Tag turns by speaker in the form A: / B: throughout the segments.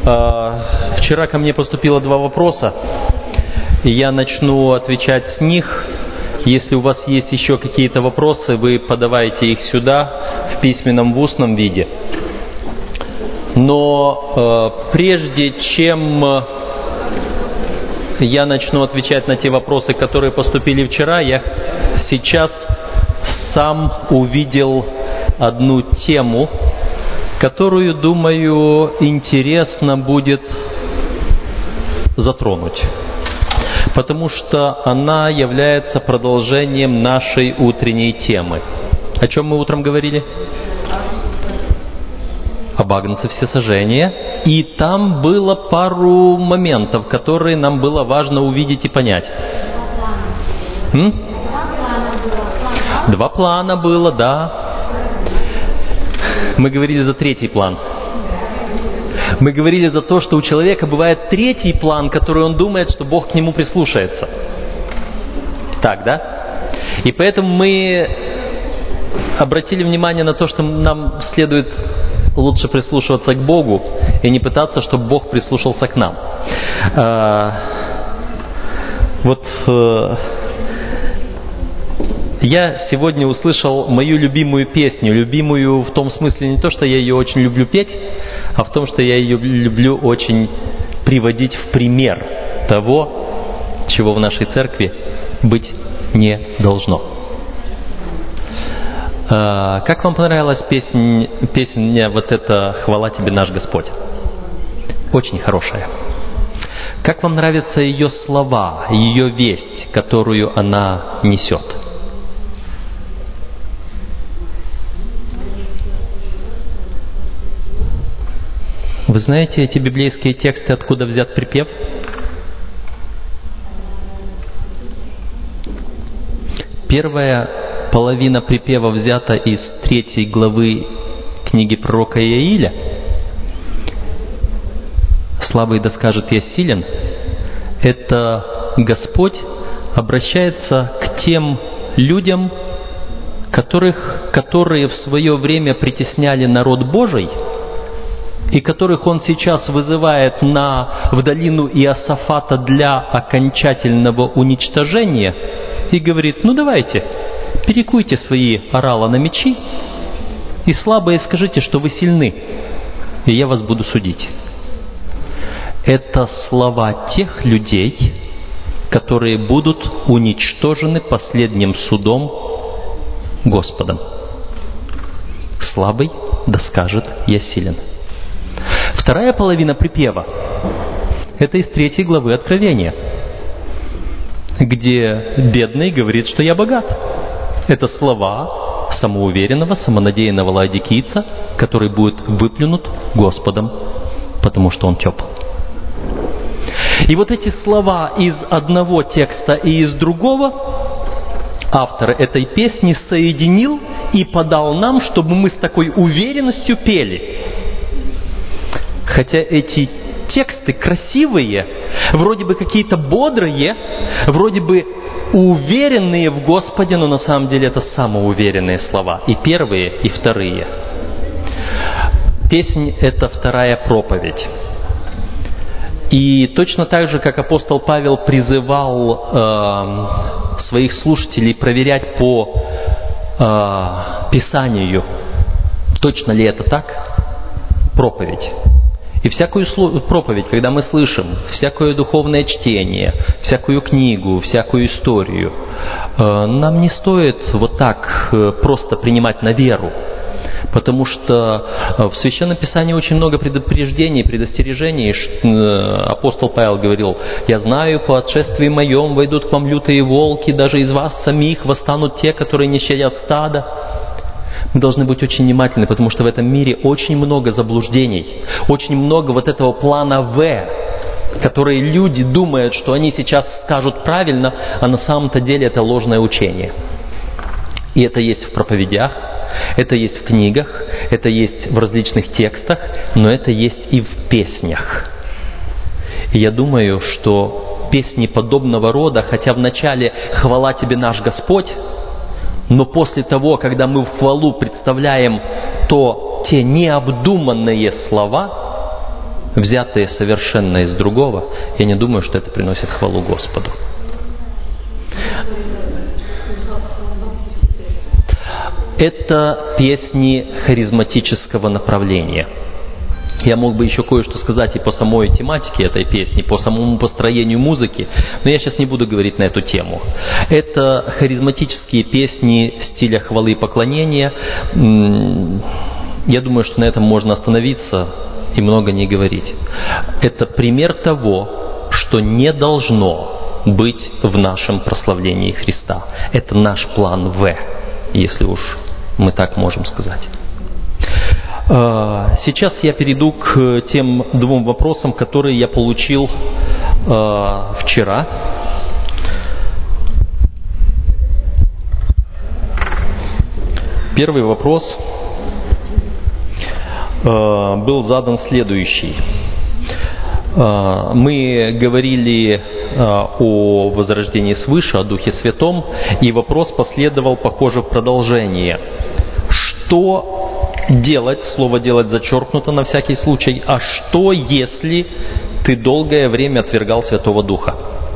A: Вчера ко мне поступило 2 вопроса, и я начну отвечать с них. Если у вас есть еще какие-то вопросы, вы подавайте их сюда в письменном, в устном виде. Но прежде чем я начну отвечать на те вопросы, которые поступили вчера, я сейчас сам увидел одну тему, которую, думаю, интересно будет затронуть, потому что она является продолжением нашей утренней темы. О чем мы утром говорили? Об агнце всесожжения. И там было пару моментов, которые нам было важно увидеть и понять. 2 плана было, да. Мы говорили за 3-й план. Мы говорили за то, что у человека бывает 3-й план, который он думает, что Бог к нему прислушается. Так, да? И поэтому мы обратили внимание на то, что нам следует лучше прислушиваться к Богу и не пытаться, чтобы Бог прислушался к нам. Я сегодня услышал мою любимую песню, любимую в том смысле не то, что я ее очень люблю петь, а в том, что я ее люблю очень приводить в пример того, чего в нашей церкви быть не должно. Как вам понравилась песня вот эта «Хвала тебе, наш Господь»? Очень хорошая. Как вам нравятся ее слова, ее весть, которую она несет? Вы знаете эти библейские тексты, откуда взят припев? Первая половина припева взята из 3 главы книги пророка Иаиля. «Слабый да скажет, я силен». Это Господь обращается к тем людям, которые в свое время притесняли народ Божий, и которых Он сейчас вызывает в долину Иосафата для окончательного уничтожения, и говорит: ну давайте, перекуйте свои орала на мечи, и слабые скажите, что вы сильны, и я вас буду судить. Это слова тех людей, которые будут уничтожены последним судом Господом. Слабый да скажет, я силен. Вторая половина припева — это из 3 главы Откровения, где бедный говорит, что я богат. Это слова самоуверенного, самонадеянного лаодикийца, который будет выплюнут Господом, потому что он тепл. И вот эти слова из одного текста и из другого автор этой песни соединил и подал нам, чтобы мы с такой уверенностью пели. Хотя эти тексты красивые, вроде бы какие-то бодрые, вроде бы уверенные в Господе, но на самом деле это самоуверенные слова. И первые, и вторые. Песнь — это 2-я проповедь. И точно так же, как апостол Павел призывал своих слушателей проверять по Писанию, точно ли это так, проповедь. И всякую проповедь, когда мы слышим, всякое духовное чтение, всякую книгу, всякую историю, нам не стоит вот так просто принимать на веру. Потому что в Священном Писании очень много предупреждений, предостережений. Апостол Павел говорил: «Я знаю, по отшествии моем войдут к вам лютые волки, даже из вас самих восстанут те, которые не щадят стада». Мы должны быть очень внимательны, потому что в этом мире очень много заблуждений, очень много вот этого плана В, которые люди думают, что они сейчас скажут правильно, а на самом-то деле это ложное учение. И это есть в проповедях, это есть в книгах, это есть в различных текстах, но это есть и в песнях. И я думаю, что песни подобного рода, хотя вначале «Хвала тебе, наш Господь», но после того, когда мы в хвалу представляем те необдуманные слова, взятые совершенно из другого, я не думаю, что это приносит хвалу Господу. Это песни харизматического направления. Я мог бы еще кое-что сказать и по самой тематике этой песни, по самому построению музыки, но я сейчас не буду говорить на эту тему. Это харизматические песни стиля хвалы и поклонения. Я думаю, что на этом можно остановиться и много не говорить. Это пример того, что не должно быть в нашем прославлении Христа. Это наш план В, если уж мы так можем сказать. Сейчас я перейду к тем двум вопросам, которые я получил вчера. Первый вопрос был задан следующий. Мы говорили о возрождении свыше, о Духе Святом, и вопрос последовал, похоже, в продолжение. Что делать, слово «делать» зачеркнуто на всякий случай, а что, если ты долгое время отвергал Святого Духа?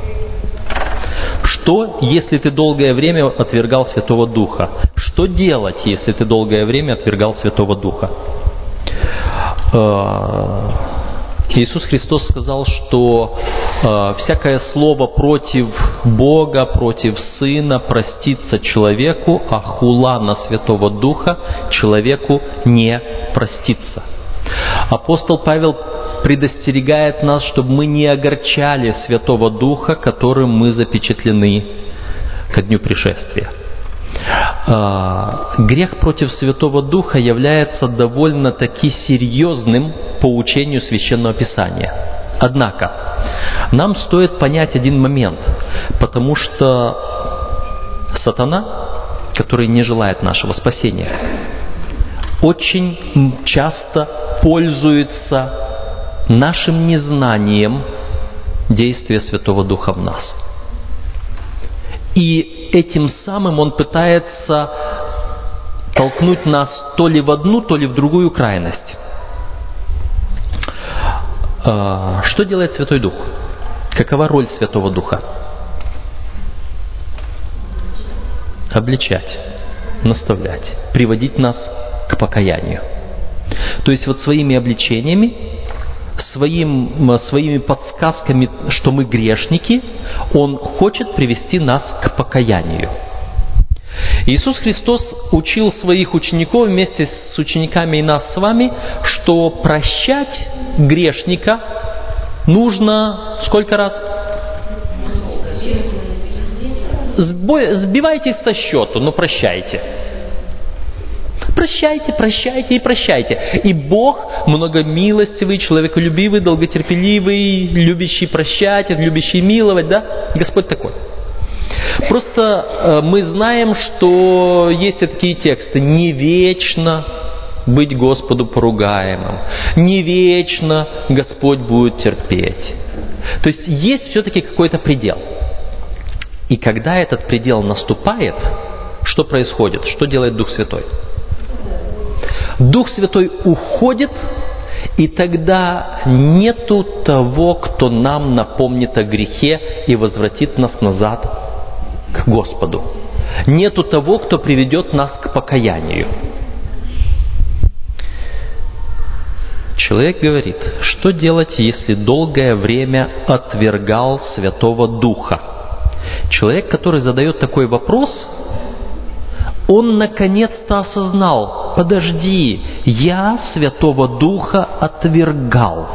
A: Что, если ты долгое время отвергал Святого Духа? Что делать, если ты долгое время отвергал Святого Духа? Иисус Христос сказал, что всякое слово против Бога, против Сына простится человеку, а хула на Святого Духа человеку не простится. Апостол Павел предостерегает нас, чтобы мы не огорчали Святого Духа, которым мы запечатлены ко дню пришествия. Грех против Святого Духа является довольно-таки серьезным по учению Священного Писания. Однако, нам стоит понять один момент, потому что сатана, который не желает нашего спасения, очень часто пользуется нашим незнанием действия Святого Духа в нас. И этим самым он пытается толкнуть нас то ли в одну, то ли в другую крайность. Что делает Святой Дух? Какова роль Святого Духа? Обличать, наставлять, приводить нас к покаянию. То есть вот своими обличениями, своими подсказками, что мы грешники, Он хочет привести нас к покаянию. Иисус Христос учил своих учеников вместе с учениками и нас с вами, что прощать грешника нужно сколько раз? Сбивайтесь со счету, но прощайте. Прощайте, прощайте и прощайте. И Бог многомилостивый, человеколюбивый, долготерпеливый, любящий прощать, любящий миловать, да? Господь такой. Просто мы знаем, что есть такие тексты. Не вечно быть Господу поругаемым. Не вечно Господь будет терпеть. То есть есть все-таки какой-то предел. И когда этот предел наступает, что происходит? Что делает Дух Святой? Дух Святой уходит, и тогда нету того, кто нам напомнит о грехе и возвратит нас назад к Господу. Нету того, кто приведет нас к покаянию. Человек говорит, что делать, если долгое время отвергал Святого Духа? Человек, который задает такой вопрос, он наконец-то осознал: подожди, я Святого Духа отвергал.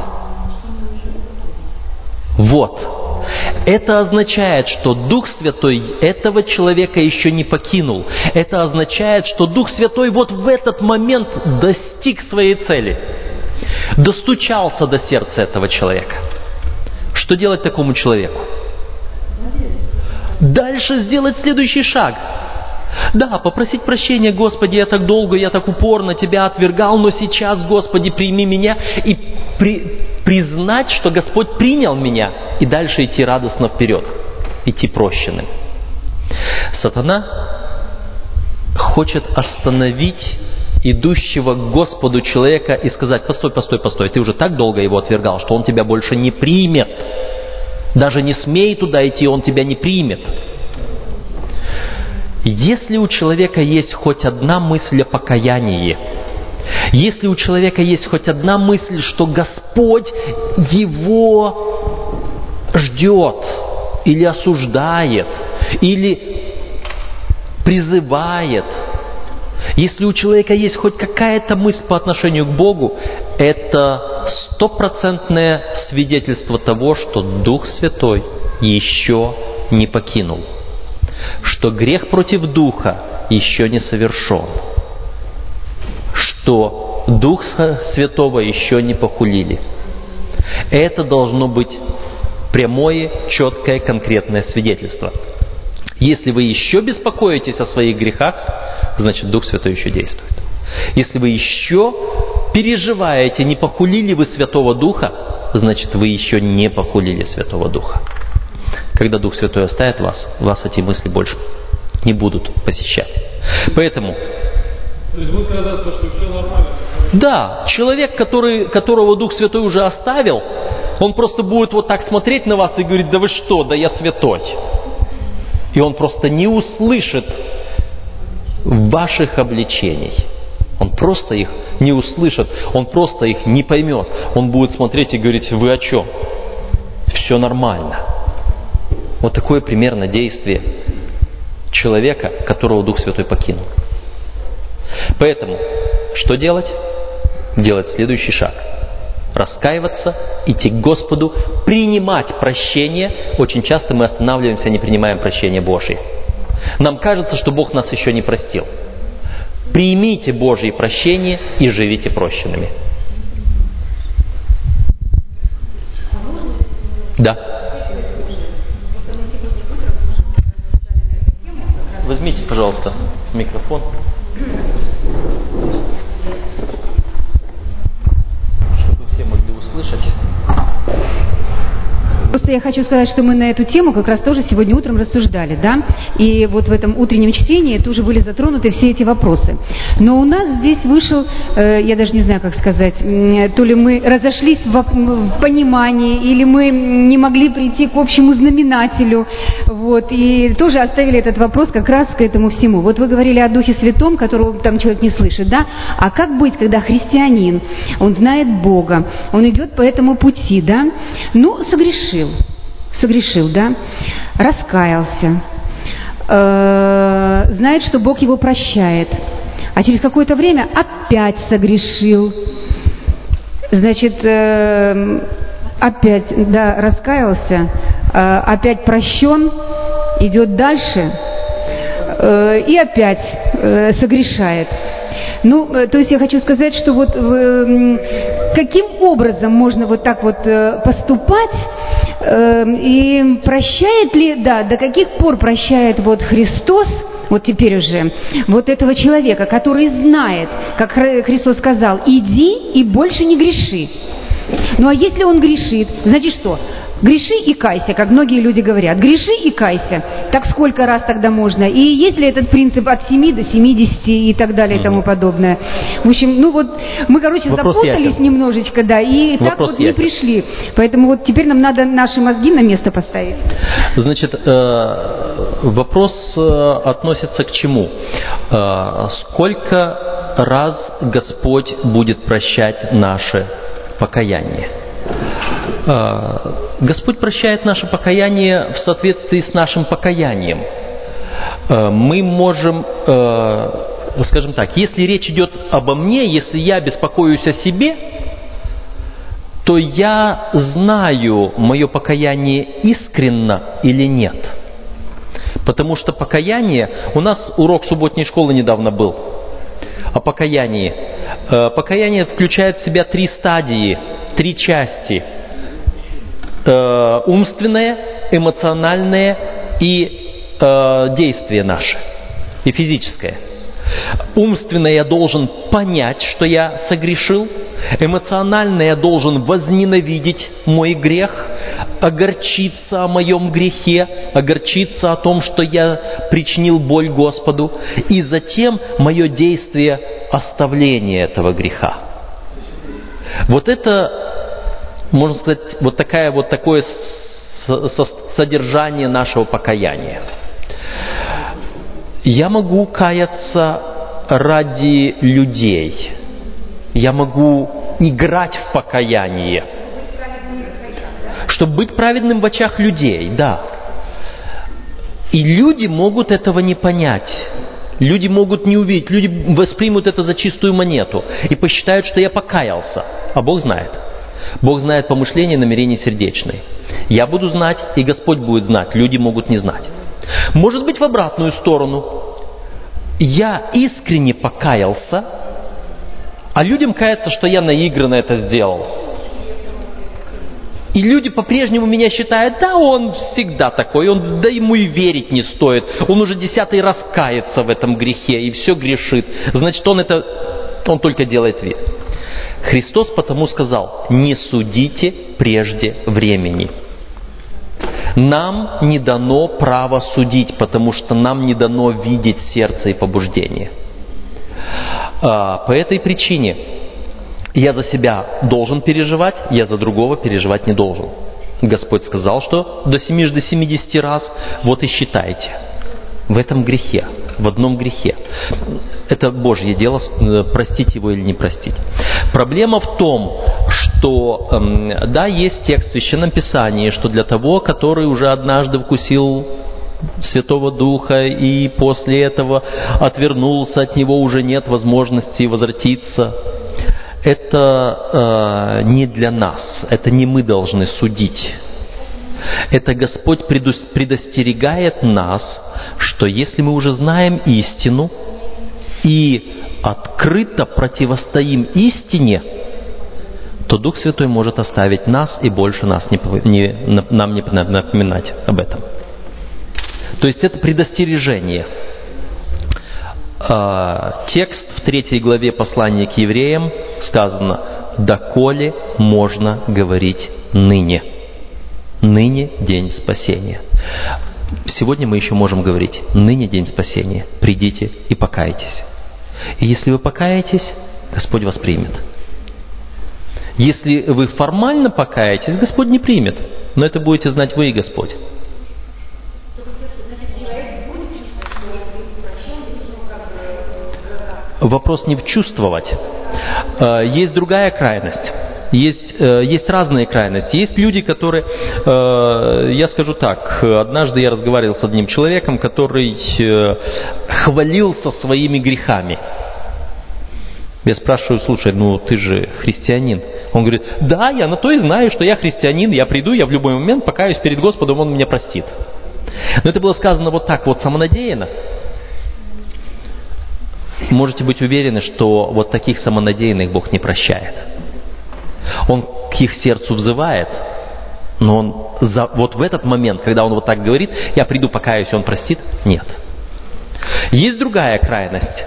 A: Вот. Это означает, что Дух Святой этого человека еще не покинул. Это означает, что Дух Святой вот в этот момент достиг своей цели. Достучался до сердца этого человека. Что делать такому человеку? Дальше сделать следующий шаг. Да, попросить прощения: Господи, я так долго, я так упорно Тебя отвергал, но сейчас, Господи, прими меня, и признать, что Господь принял меня, и дальше идти радостно вперед, идти прощенным. Сатана хочет остановить идущего к Господу человека и сказать: постой, постой, постой, ты уже так долго его отвергал, что он тебя больше не примет. Даже не смей туда идти, он тебя не примет. Если у человека есть хоть одна мысль о покаянии, если у человека есть хоть одна мысль, что Господь его ждет, или осуждает, или призывает, если у человека есть хоть какая-то мысль по отношению к Богу, это стопроцентное свидетельство того, что Дух Святой еще не покинул, что грех против Духа еще не совершен, что Дух Святого еще не похулили. Это должно быть прямое, четкое, конкретное свидетельство. Если вы еще беспокоитесь о своих грехах, значит, Дух Святой еще действует. Если вы еще переживаете, не похулили вы Святого Духа, значит, вы еще не похулили Святого Духа. Когда Дух Святой оставит вас эти мысли больше не будут посещать. Поэтому...
B: То есть будет казаться, что все нормально?
A: Да, человек, которого Дух Святой уже оставил, он просто будет вот так смотреть на вас и говорить: да вы что, да я святой. И он просто не услышит ваших обличений. Он просто их не услышит, он просто их не поймет. Он будет смотреть и говорить: вы о чем? Все нормально. Вот такое примерно действие человека, которого Дух Святой покинул. Поэтому, что делать? Делать следующий шаг. Раскаиваться, идти к Господу, принимать прощение. Очень часто мы останавливаемся, не принимаем прощение Божье. Нам кажется, что Бог нас еще не простил. Примите Божье прощение и живите прощенными. Да. Возьмите, пожалуйста, микрофон. Чтобы все могли услышать.
C: Просто я хочу сказать, что мы на эту тему как раз тоже сегодня утром рассуждали, да, и вот в этом утреннем чтении тоже были затронуты все эти вопросы. Но у нас здесь вышел, я даже не знаю, как сказать, то ли мы разошлись в понимании, или мы не могли прийти к общему знаменателю, вот, и тоже оставили этот вопрос как раз к этому всему. Вот вы говорили о Духе Святом, которого там человек не слышит, да, а как быть, когда христианин, он знает Бога, он идет по этому пути, да, ну, согрешил, да, раскаялся, знает, что Бог его прощает, а через какое-то время опять согрешил, значит, опять, да, раскаялся, опять прощен, идет дальше и опять согрешает. Ну, то есть я хочу сказать, что вот каким образом можно вот так вот поступать, и прощает ли, да, до каких пор прощает вот Христос, вот теперь уже, вот этого человека, который знает, как Христос сказал: иди и больше не греши. Ну а если он грешит, значит что? Греши и кайся, как многие люди говорят. Греши и кайся. Так сколько раз тогда можно? И есть ли этот принцип от 7 до 70 и так далее и тому подобное? В общем, ну вот мы, короче,
A: вопрос
C: запутались
A: ясен.
C: Немножечко, да, и вопрос так вот ясен. Не пришли. Поэтому вот теперь нам надо наши мозги на место поставить.
A: Значит, вопрос относится к чему? Сколько раз Господь будет прощать наше покаяние? Господь прощает наше покаяние в соответствии с нашим покаянием. Мы можем, скажем так, если речь идет обо мне, если я беспокоюсь о себе, то я знаю, мое покаяние искренно или нет. Потому что покаяние, у нас урок субботней школы недавно был о покаянии. Покаяние включает в себя 3 стадии, 3 части. Умственное, эмоциональное и действие наше, и физическое. Умственно я должен понять, что я согрешил. Эмоционально я должен возненавидеть мой грех. огорчиться о моем грехе, огорчиться о том, что я причинил боль Господу, и затем мое действие оставления этого греха. Вот это, можно сказать, такое содержание нашего покаяния. Я могу каяться ради людей. Я могу играть в покаяние. Чтобы быть праведным в очах людей, да. И люди могут этого не понять. Люди могут не увидеть. Люди воспримут это за чистую монету и посчитают, что я покаялся. А Бог знает. Бог знает помышления и намерения сердечные. Я буду знать, и Господь будет знать. Люди могут не знать. Может быть, в обратную сторону. Я искренне покаялся, а людям кажется, что я наигранно это сделал. И люди по-прежнему меня считают, да, он всегда такой, да ему и верить не стоит. Он уже 10-й раз кается в этом грехе и все грешит. Значит, он только делает вид. Христос потому сказал: не судите прежде времени. Нам не дано право судить, потому что нам не дано видеть сердце и побуждение. По этой причине я за себя должен переживать, я за другого переживать не должен. Господь сказал, что до 70 раз, вот и считайте. В этом грехе, в одном грехе. Это Божье дело, простить его или не простить. Проблема в том, что, да, есть текст в Священном Писании, что для того, который уже однажды вкусил Святого Духа и после этого отвернулся от Него, уже нет возможности возвратиться. Это не для нас, это не мы должны судить. Это Господь предостерегает нас, что если мы уже знаем истину и открыто противостоим истине, то Дух Святой может оставить нас и больше нам не напоминать об этом. То есть это предостережение. Текст в 3 главе послания к евреям сказано: «Доколе можно говорить ныне». Ныне день спасения. Сегодня мы еще можем говорить: ныне день спасения. Придите и покайтесь. И если вы покаетесь, Господь вас примет. Если вы формально покаетесь, Господь не примет. Но это будете знать вы и Господь. Вопрос не в чувствовать. Есть другая крайность. Есть разные крайности. Есть люди, которые, я скажу так, однажды я разговаривал с одним человеком, который хвалился своими грехами. Я спрашиваю: слушай, ты же христианин. Он говорит: да, я на то и знаю, что я христианин, я приду, я в любой момент покаюсь перед Господом, Он меня простит. Но это было сказано вот так, вот самонадеянно. Можете быть уверены, что вот таких самонадеянных Бог не прощает. Он к их сердцу взывает, но Он вот в этот момент, когда он вот так говорит: я приду, покаюсь, Он простит, нет. Есть другая крайность,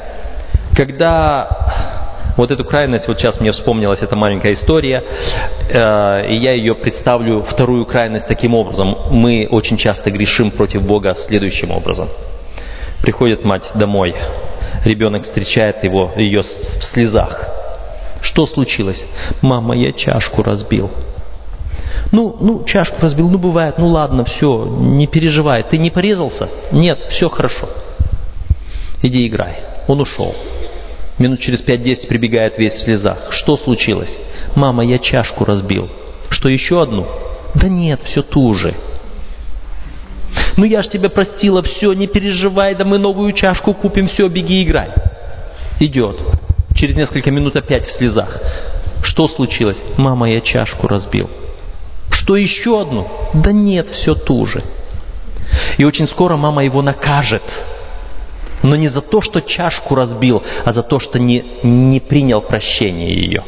A: когда вот эту крайность, вот сейчас мне вспомнилась эта маленькая история, и я ее представлю, вторую крайность, таким образом. Мы очень часто грешим против Бога следующим образом. Приходит мать домой, ребенок встречает ее в слезах. Что случилось? Мама, я чашку разбил. Чашку разбил, бывает, ладно, все, не переживай. Ты не порезался? Нет, все хорошо. Иди играй. Он ушел. Минут через 5-10 прибегает весь в слезах. Что случилось? Мама, я чашку разбил. Что, еще одну? Да нет, все ту же. Я ж тебя простила, все, не переживай, да мы новую чашку купим, все, беги играй. Идет. Через несколько минут опять в слезах. Что случилось? Мама, я чашку разбил. Что, еще одну? Да нет, все ту же. И очень скоро мама его накажет. Но не за то, что чашку разбил, а за то, что не принял прощения ее.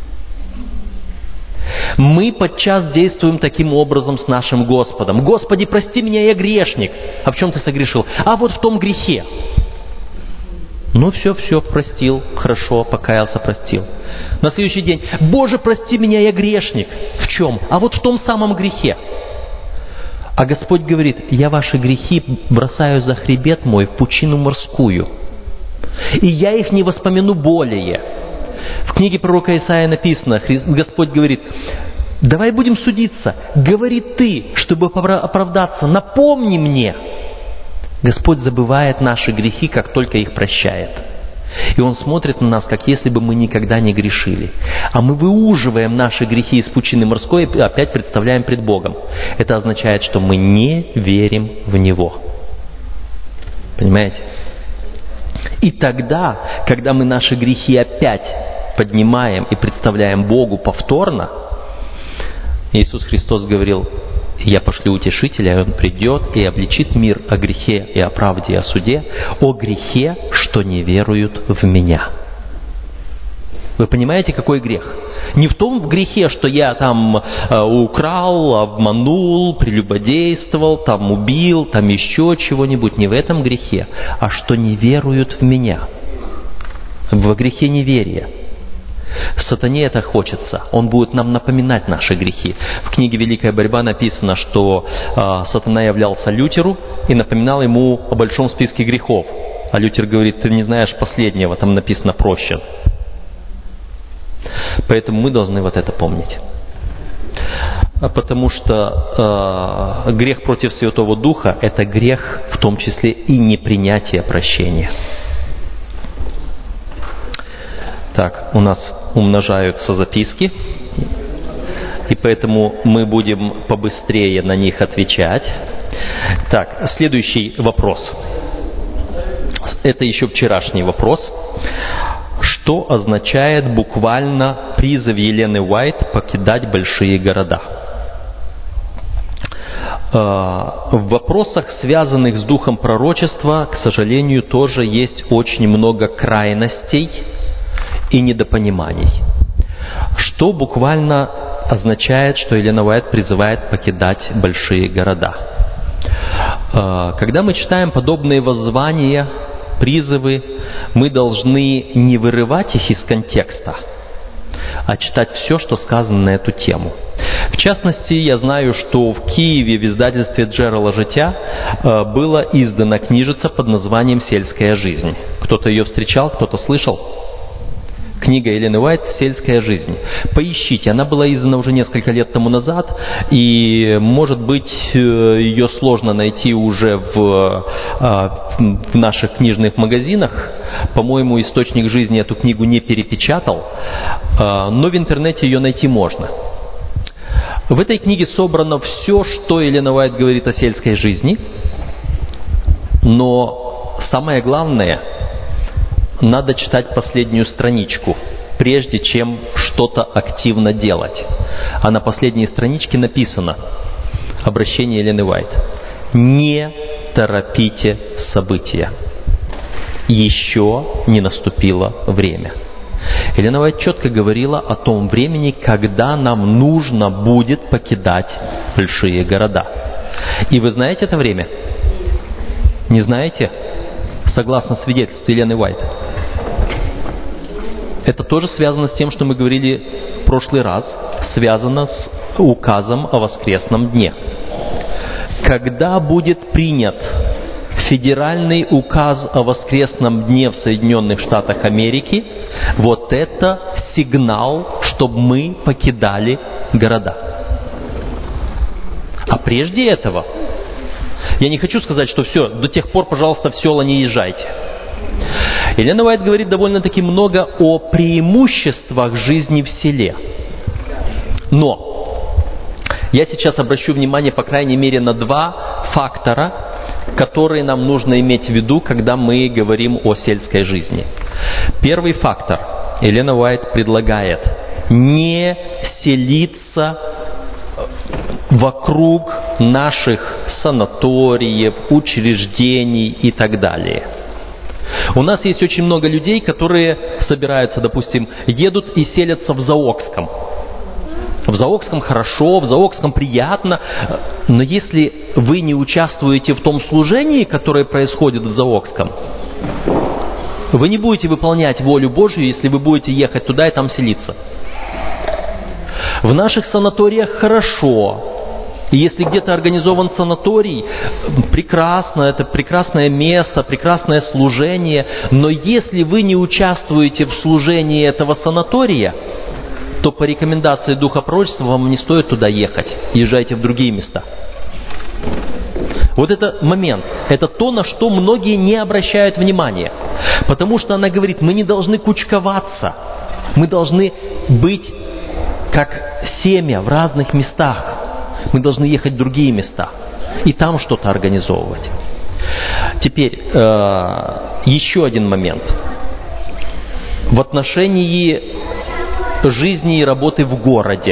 A: Мы подчас действуем таким образом с нашим Господом. Господи, прости меня, я грешник. А в чем ты согрешил? А вот в том грехе. Все, простил, хорошо, покаялся, простил. На следующий день: Боже, прости меня, я грешник. В чем? А вот в том самом грехе. А Господь говорит: я ваши грехи бросаю за хребет мой в пучину морскую, и я их не воспомяну более. В книге пророка Исаия написано, Господь говорит: давай будем судиться, говори ты, чтобы оправдаться, напомни мне. Господь забывает наши грехи, как только их прощает. И Он смотрит на нас, как если бы мы никогда не грешили. А мы выуживаем наши грехи из пучины морской и опять представляем пред Богом. Это означает, что мы не верим в Него. Понимаете? И тогда, когда мы наши грехи опять поднимаем и представляем Богу повторно, Иисус Христос говорил: я пошлю утешителя, и он придет и обличит мир о грехе и о правде и о суде, о грехе, что не веруют в меня. Вы понимаете, какой грех? Не в том грехе, что я там украл, обманул, прелюбодействовал, там убил, там еще чего-нибудь. Не в этом грехе, а что не веруют в меня. В грехе неверия. Сатане это хочется. Он будет нам напоминать наши грехи. В книге «Великая борьба» написано, что сатана являлся Лютеру и напоминал ему о большом списке грехов. А Лютер говорит: ты не знаешь последнего, там написано «прощен». Поэтому мы должны вот это помнить. Потому что грех против Святого Духа – это грех в том числе и непринятие прощения. Так, у нас умножаются записки, и поэтому мы будем побыстрее на них отвечать. Так, следующий вопрос. Это еще вчерашний вопрос. Что означает буквально призыв Елены Уайт покидать большие города? В вопросах, связанных с духом пророчества, к сожалению, тоже есть очень много крайностей и недопониманий. Что буквально означает, что Елена Уайт призывает покидать большие города? Когда мы читаем подобные воззвания, призывы, мы должны не вырывать их из контекста, а читать все, что сказано на эту тему. В частности, я знаю, что в Киеве в издательстве Джерала Життя была издана книжица под названием «Сельская жизнь». Кто-то ее встречал, кто-то слышал? Книга Елены Уайт «Сельская жизнь». Поищите, она была издана уже несколько лет тому назад, и, может быть, ее сложно найти уже в наших книжных магазинах. По-моему, «Источник жизни» эту книгу не перепечатал, но в интернете ее найти можно. В этой книге собрано все, что Елена Уайт говорит о сельской жизни, но самое главное – надо читать последнюю страничку, прежде чем что-то активно делать. А на последней страничке написано обращение Елены Уайт: не торопите события. Еще не наступило время. Елена Уайт четко говорила о том времени, когда нам нужно будет покидать большие города. И вы знаете это время? Не знаете? Согласно свидетельству Елены Уайт. Это тоже связано с тем, что мы говорили в прошлый раз, связано с указом о воскресном дне. Когда будет принят федеральный указ о воскресном дне в Соединенных Штатах Америки, вот это сигнал, чтобы мы покидали города. А прежде этого, я не хочу сказать, что все, до тех пор, пожалуйста, в села не езжайте. Елена Уайт говорит довольно-таки много о преимуществах жизни в селе. Но я сейчас обращу внимание, по крайней мере, на два фактора, которые нам нужно иметь в виду, когда мы говорим о сельской жизни. Первый фактор. Елена Уайт предлагает не селиться вокруг наших санаториев, учреждений и так далее. У нас есть очень много людей, которые собираются, допустим, едут и селятся в Заокском. В Заокском хорошо, в Заокском приятно, но если вы не участвуете в том служении, которое происходит в Заокском, Вы не будете выполнять волю Божью, если вы будете ехать туда и там селиться. В наших санаториях хорошо. И если где-то организован санаторий, прекрасно, это прекрасное место, прекрасное служение. Но если вы не участвуете в служении этого санатория, то по рекомендации Духа Пророчества вам не стоит туда ехать. Езжайте в другие места. Вот это момент. Это то, на что многие не обращают внимания. Потому что она говорит, мы не должны кучковаться. Мы должны быть как семя в разных местах. Мы должны ехать в другие места и там что-то организовывать. Теперь еще один момент. В отношении жизни и работы в городе.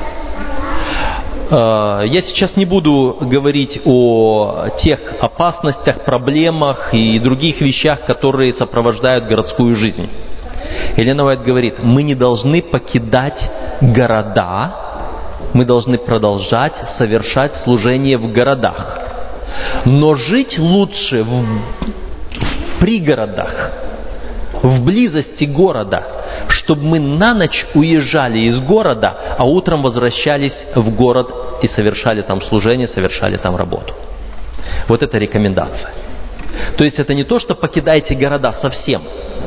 A: Я сейчас не буду говорить о тех опасностях, проблемах и других вещах, которые сопровождают городскую жизнь. Елена Уайт говорит, мы не должны покидать города, мы должны продолжать совершать служение в городах. Но жить лучше в пригородах, в близости города, чтобы мы на ночь уезжали из города, а утром возвращались в город и совершали там служение, совершали там работу. Вот это рекомендация. То есть это не то, что покидайте города совсем.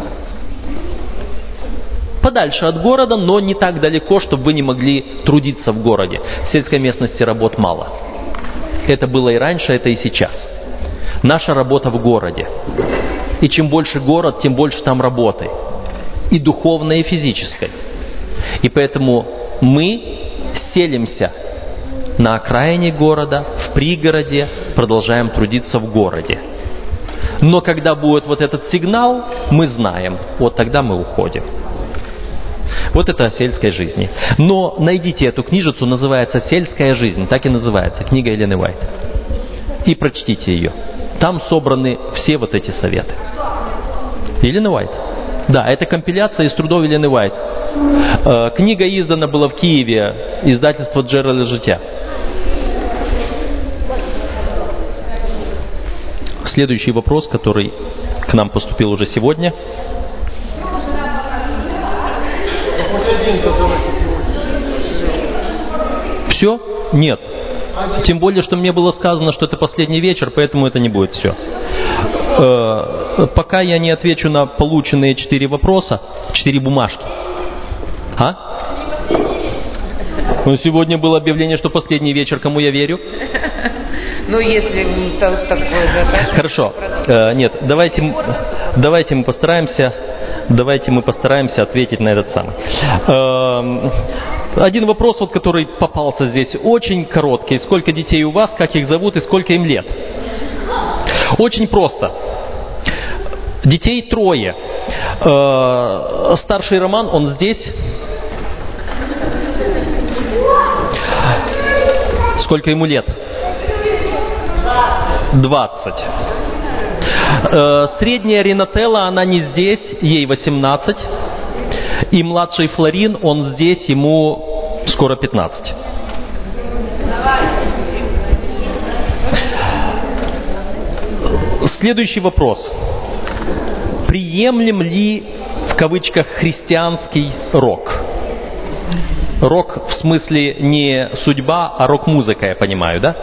A: Подальше от города, но не так далеко, чтобы вы не могли трудиться в городе. В сельской местности работ мало. Это было и раньше, это и сейчас. Наша работа в городе. И чем больше город, тем больше там работы. И духовной, и физической. И поэтому мы селимся на окраине города, в пригороде, продолжаем трудиться в городе. Но когда будет вот этот сигнал, мы знаем, вот тогда мы уходим. Вот это о сельской жизни. Но найдите эту книжицу, называется «Сельская жизнь», так и называется, книга Елены Уайт. И прочтите ее. Там собраны все вот эти советы. Елена Уайт. Да, это компиляция из трудов Елены Уайт. Книга издана была в Киеве, издательство Джеральда Життя. Следующий вопрос, который к нам поступил уже сегодня. Все? Нет. Тем более, что мне было сказано, что это последний вечер, поэтому это не будет все. Пока я не отвечу на полученные 4 вопроса, 4 бумажки. Ну, сегодня было объявление, что последний вечер, кому я верю?
D: Ну, если такое же...
A: Хорошо. Нет, давайте мы постараемся ответить на этот самый. Один вопрос, вот, который попался здесь, очень короткий. Сколько детей у вас, как их зовут и сколько им лет? Очень просто. Детей 3. Старший Роман, он здесь. Сколько ему лет? 20. Средняя Ринателла, она не здесь, ей 18. И младший Флорин, он здесь, ему скоро 15. Следующий вопрос. Приемлем ли, в кавычках, христианский рок? Рок в смысле не судьба, а рок-музыка, я понимаю, да?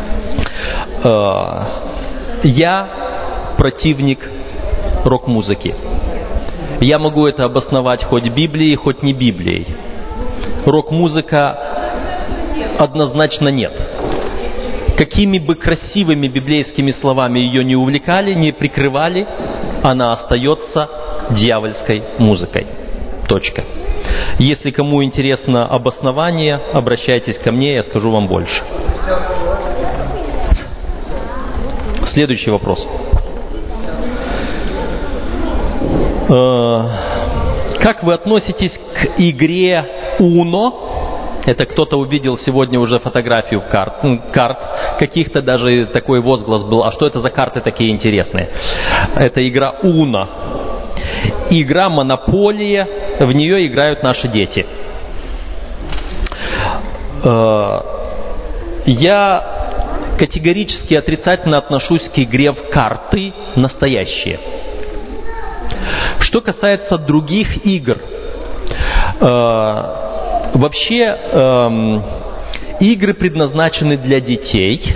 A: Я противник рок-музыки. Я могу это обосновать хоть Библией, хоть не Библией. Рок-музыка однозначно нет. Какими бы красивыми библейскими словами ее не увлекали, не прикрывали, она остается дьявольской музыкой. Точка. Если кому интересно обоснование, обращайтесь ко мне, я скажу вам больше. Следующий вопрос. Как вы относитесь к игре Uno? Это кто-то увидел сегодня уже фотографию карт. Каких-то даже такой возглас был. А что это за карты такие интересные? Это игра Uno. Игра «Монополия». В нее играют наши дети. Я категорически отрицательно отношусь к игре в карты настоящие. Что касается других игр, вообще игры предназначены для детей.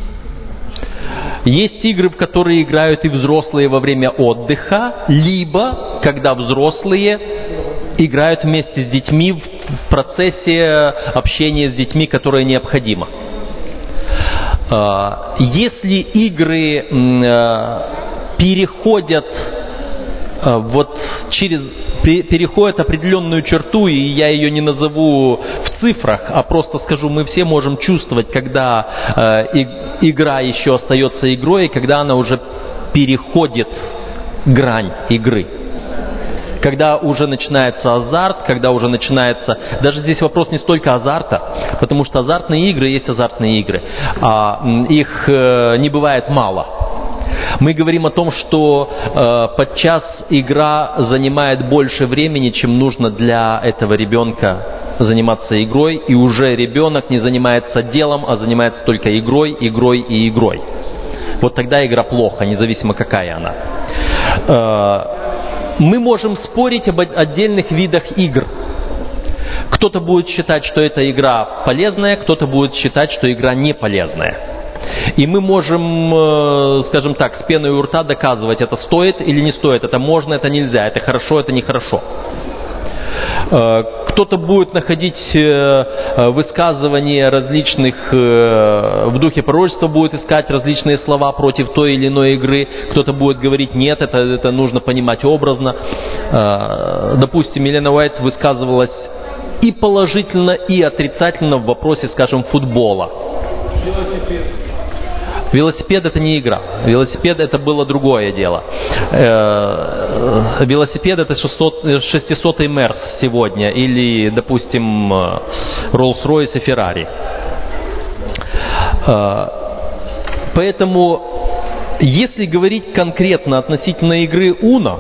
A: Есть игры, в которые играют и взрослые во время отдыха, либо когда взрослые играют вместе с детьми в процессе общения с детьми, которое необходимо. Если игры переходят переходят определенную черту, и я ее не назову в цифрах, а просто скажу, мы все можем чувствовать, когда игра еще остается игрой, и когда она уже переходит грань игры. Когда уже начинается азарт, когда уже начинается... Даже здесь вопрос не столько азарта, потому что азартные игры есть азартные игры. Их не бывает мало. Мы говорим о том, что подчас игра занимает больше времени, чем нужно для этого ребенка заниматься игрой, и уже ребенок не занимается делом, а занимается только игрой, игрой и игрой. Вот тогда игра плохо, независимо какая она. Мы можем спорить об отдельных видах игр. Кто-то будет считать, что эта игра полезная, кто-то будет считать, что игра не полезная. И мы можем, скажем так, с пеной у рта доказывать, это стоит или не стоит, это можно, это нельзя, это хорошо, это нехорошо. Кто-то будет находить высказывания различных, в духе пророчества будет искать различные слова против той или иной игры. Кто-то будет говорить, нет, это нужно понимать образно. Допустим, Елена Уайт высказывалась и положительно, и отрицательно в вопросе, скажем, футбола. Велосипед — это не игра. Велосипед — это было другое дело. Велосипед — это 600-й Мерс сегодня, или, допустим, Rolls-Royce и Ferrari. Поэтому, если говорить конкретно относительно игры Uno,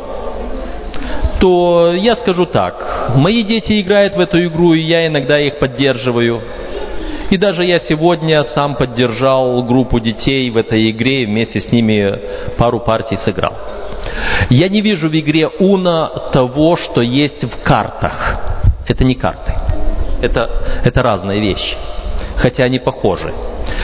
A: то я скажу так. Мои дети играют в эту игру, и я иногда их поддерживаю. И даже я сегодня сам поддержал группу детей в этой игре, вместе с ними пару партий сыграл. Я не вижу в игре Uno того, что есть в картах. Это не карты. Это разные вещи. Хотя они похожи.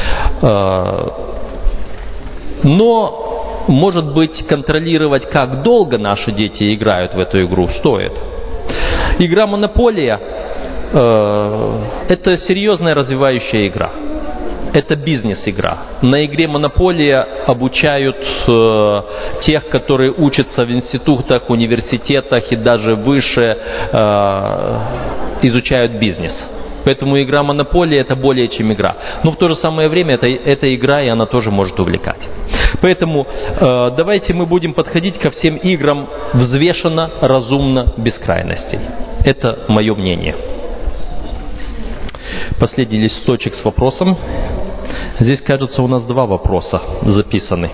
A: Но, может быть, контролировать, как долго наши дети играют в эту игру, стоит. Игра «Монополия» — это серьезная развивающая игра. Это бизнес-игра. На игре «Монополия» обучают тех, которые учатся в институтах, университетах и даже выше, изучают бизнес. Поэтому игра «Монополия» — это более чем игра. Но в то же самое время это игра, и она тоже может увлекать. Поэтому давайте мы будем подходить ко всем играм взвешенно, разумно, без крайностей. Это мое мнение. Последний листочек с вопросом. Здесь, кажется, у нас 2 вопроса записаны.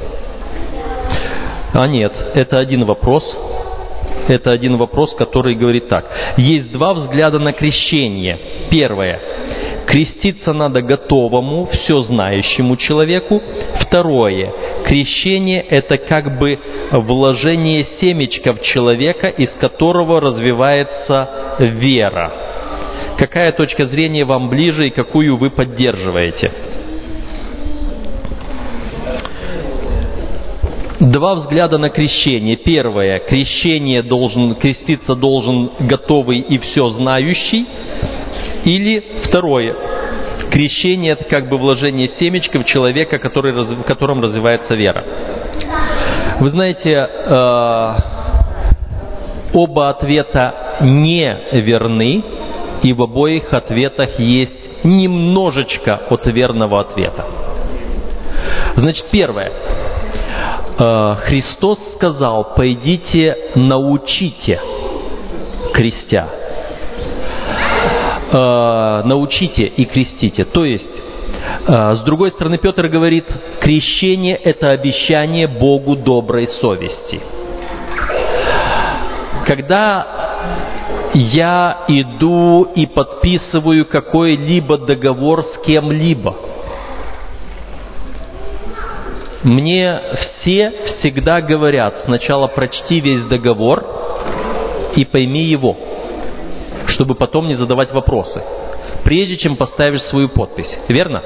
A: Нет, это один вопрос. Это один вопрос, который говорит так. Есть 2 взгляда на крещение. Первое. Креститься надо готовому, все знающему человеку. Второе. Крещение – это как бы вложение семечка в человека, из которого развивается вера. Какая точка зрения вам ближе и какую вы поддерживаете? 2 взгляда на крещение. Первое. Креститься должен готовый и все знающий. Или второе. Крещение – это как бы вложение семечка в человека, в котором развивается вера. Вы знаете, оба ответа не верны, и в обоих ответах есть немножечко от верного ответа. Значит, первое. Христос сказал: «Пойдите, научите, крестя». Научите и крестите. То есть, с другой стороны, Петр говорит, крещение – это обещание Богу доброй совести. Когда я иду и подписываю какой-либо договор с кем-либо, мне все всегда говорят: сначала прочти весь договор, и пойми его, чтобы потом не задавать вопросы, прежде чем поставишь свою подпись. Верно?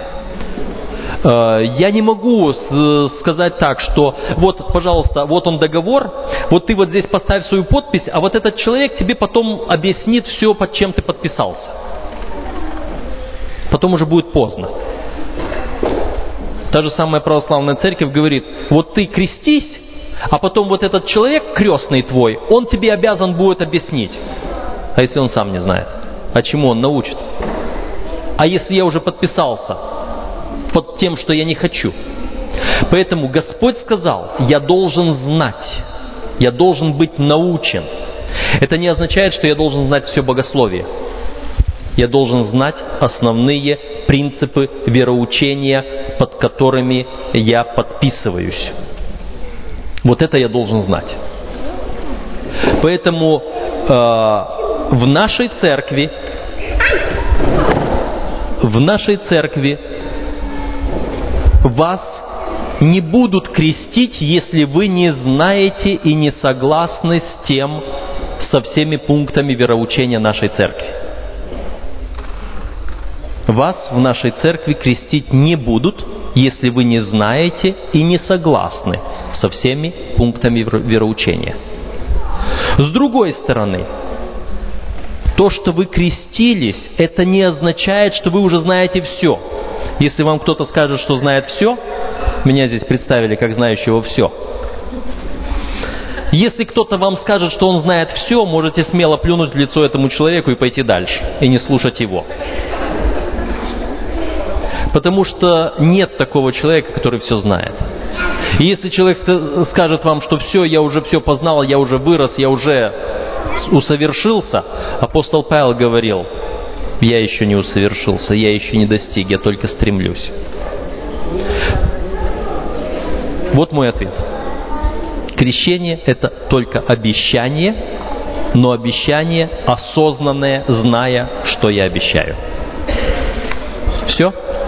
A: Я не могу сказать так, что вот, пожалуйста, вот он договор, вот ты вот здесь поставь свою подпись, а вот этот человек тебе потом объяснит все, под чем ты подписался. Потом уже будет поздно. Та же самая православная церковь говорит, вот ты крестись, а потом вот этот человек, крестный твой, он тебе обязан будет объяснить. А если он сам не знает? А чему он научит? А если я уже подписался под тем, что я не хочу? Поэтому Господь сказал, я должен знать, я должен быть научен. Это не означает, что я должен знать все богословие. Я должен знать основные принципы вероучения, под которыми я подписываюсь. Вот это я должен знать. Поэтому в нашей церкви вас не будут крестить, если вы не знаете и не согласны со всеми пунктами вероучения нашей церкви. Вас в нашей церкви крестить не будут, если вы не знаете и не согласны со всеми пунктами вероучения. С другой стороны, то, что вы крестились, это не означает, что вы уже знаете все. Если вам кто-то скажет, что знает все, меня здесь представили как знающего все. Если кто-то вам скажет, что он знает все, можете смело плюнуть в лицо этому человеку и пойти дальше, и не слушать его. Потому что нет такого человека, который все знает. И если человек скажет вам, что все, я уже все познал, я уже вырос, я уже усовершился, апостол Павел говорил, я еще не усовершился, я еще не достиг, я только стремлюсь. Вот мой ответ. Крещение – это только обещание, но обещание осознанное, зная, что я обещаю. Все?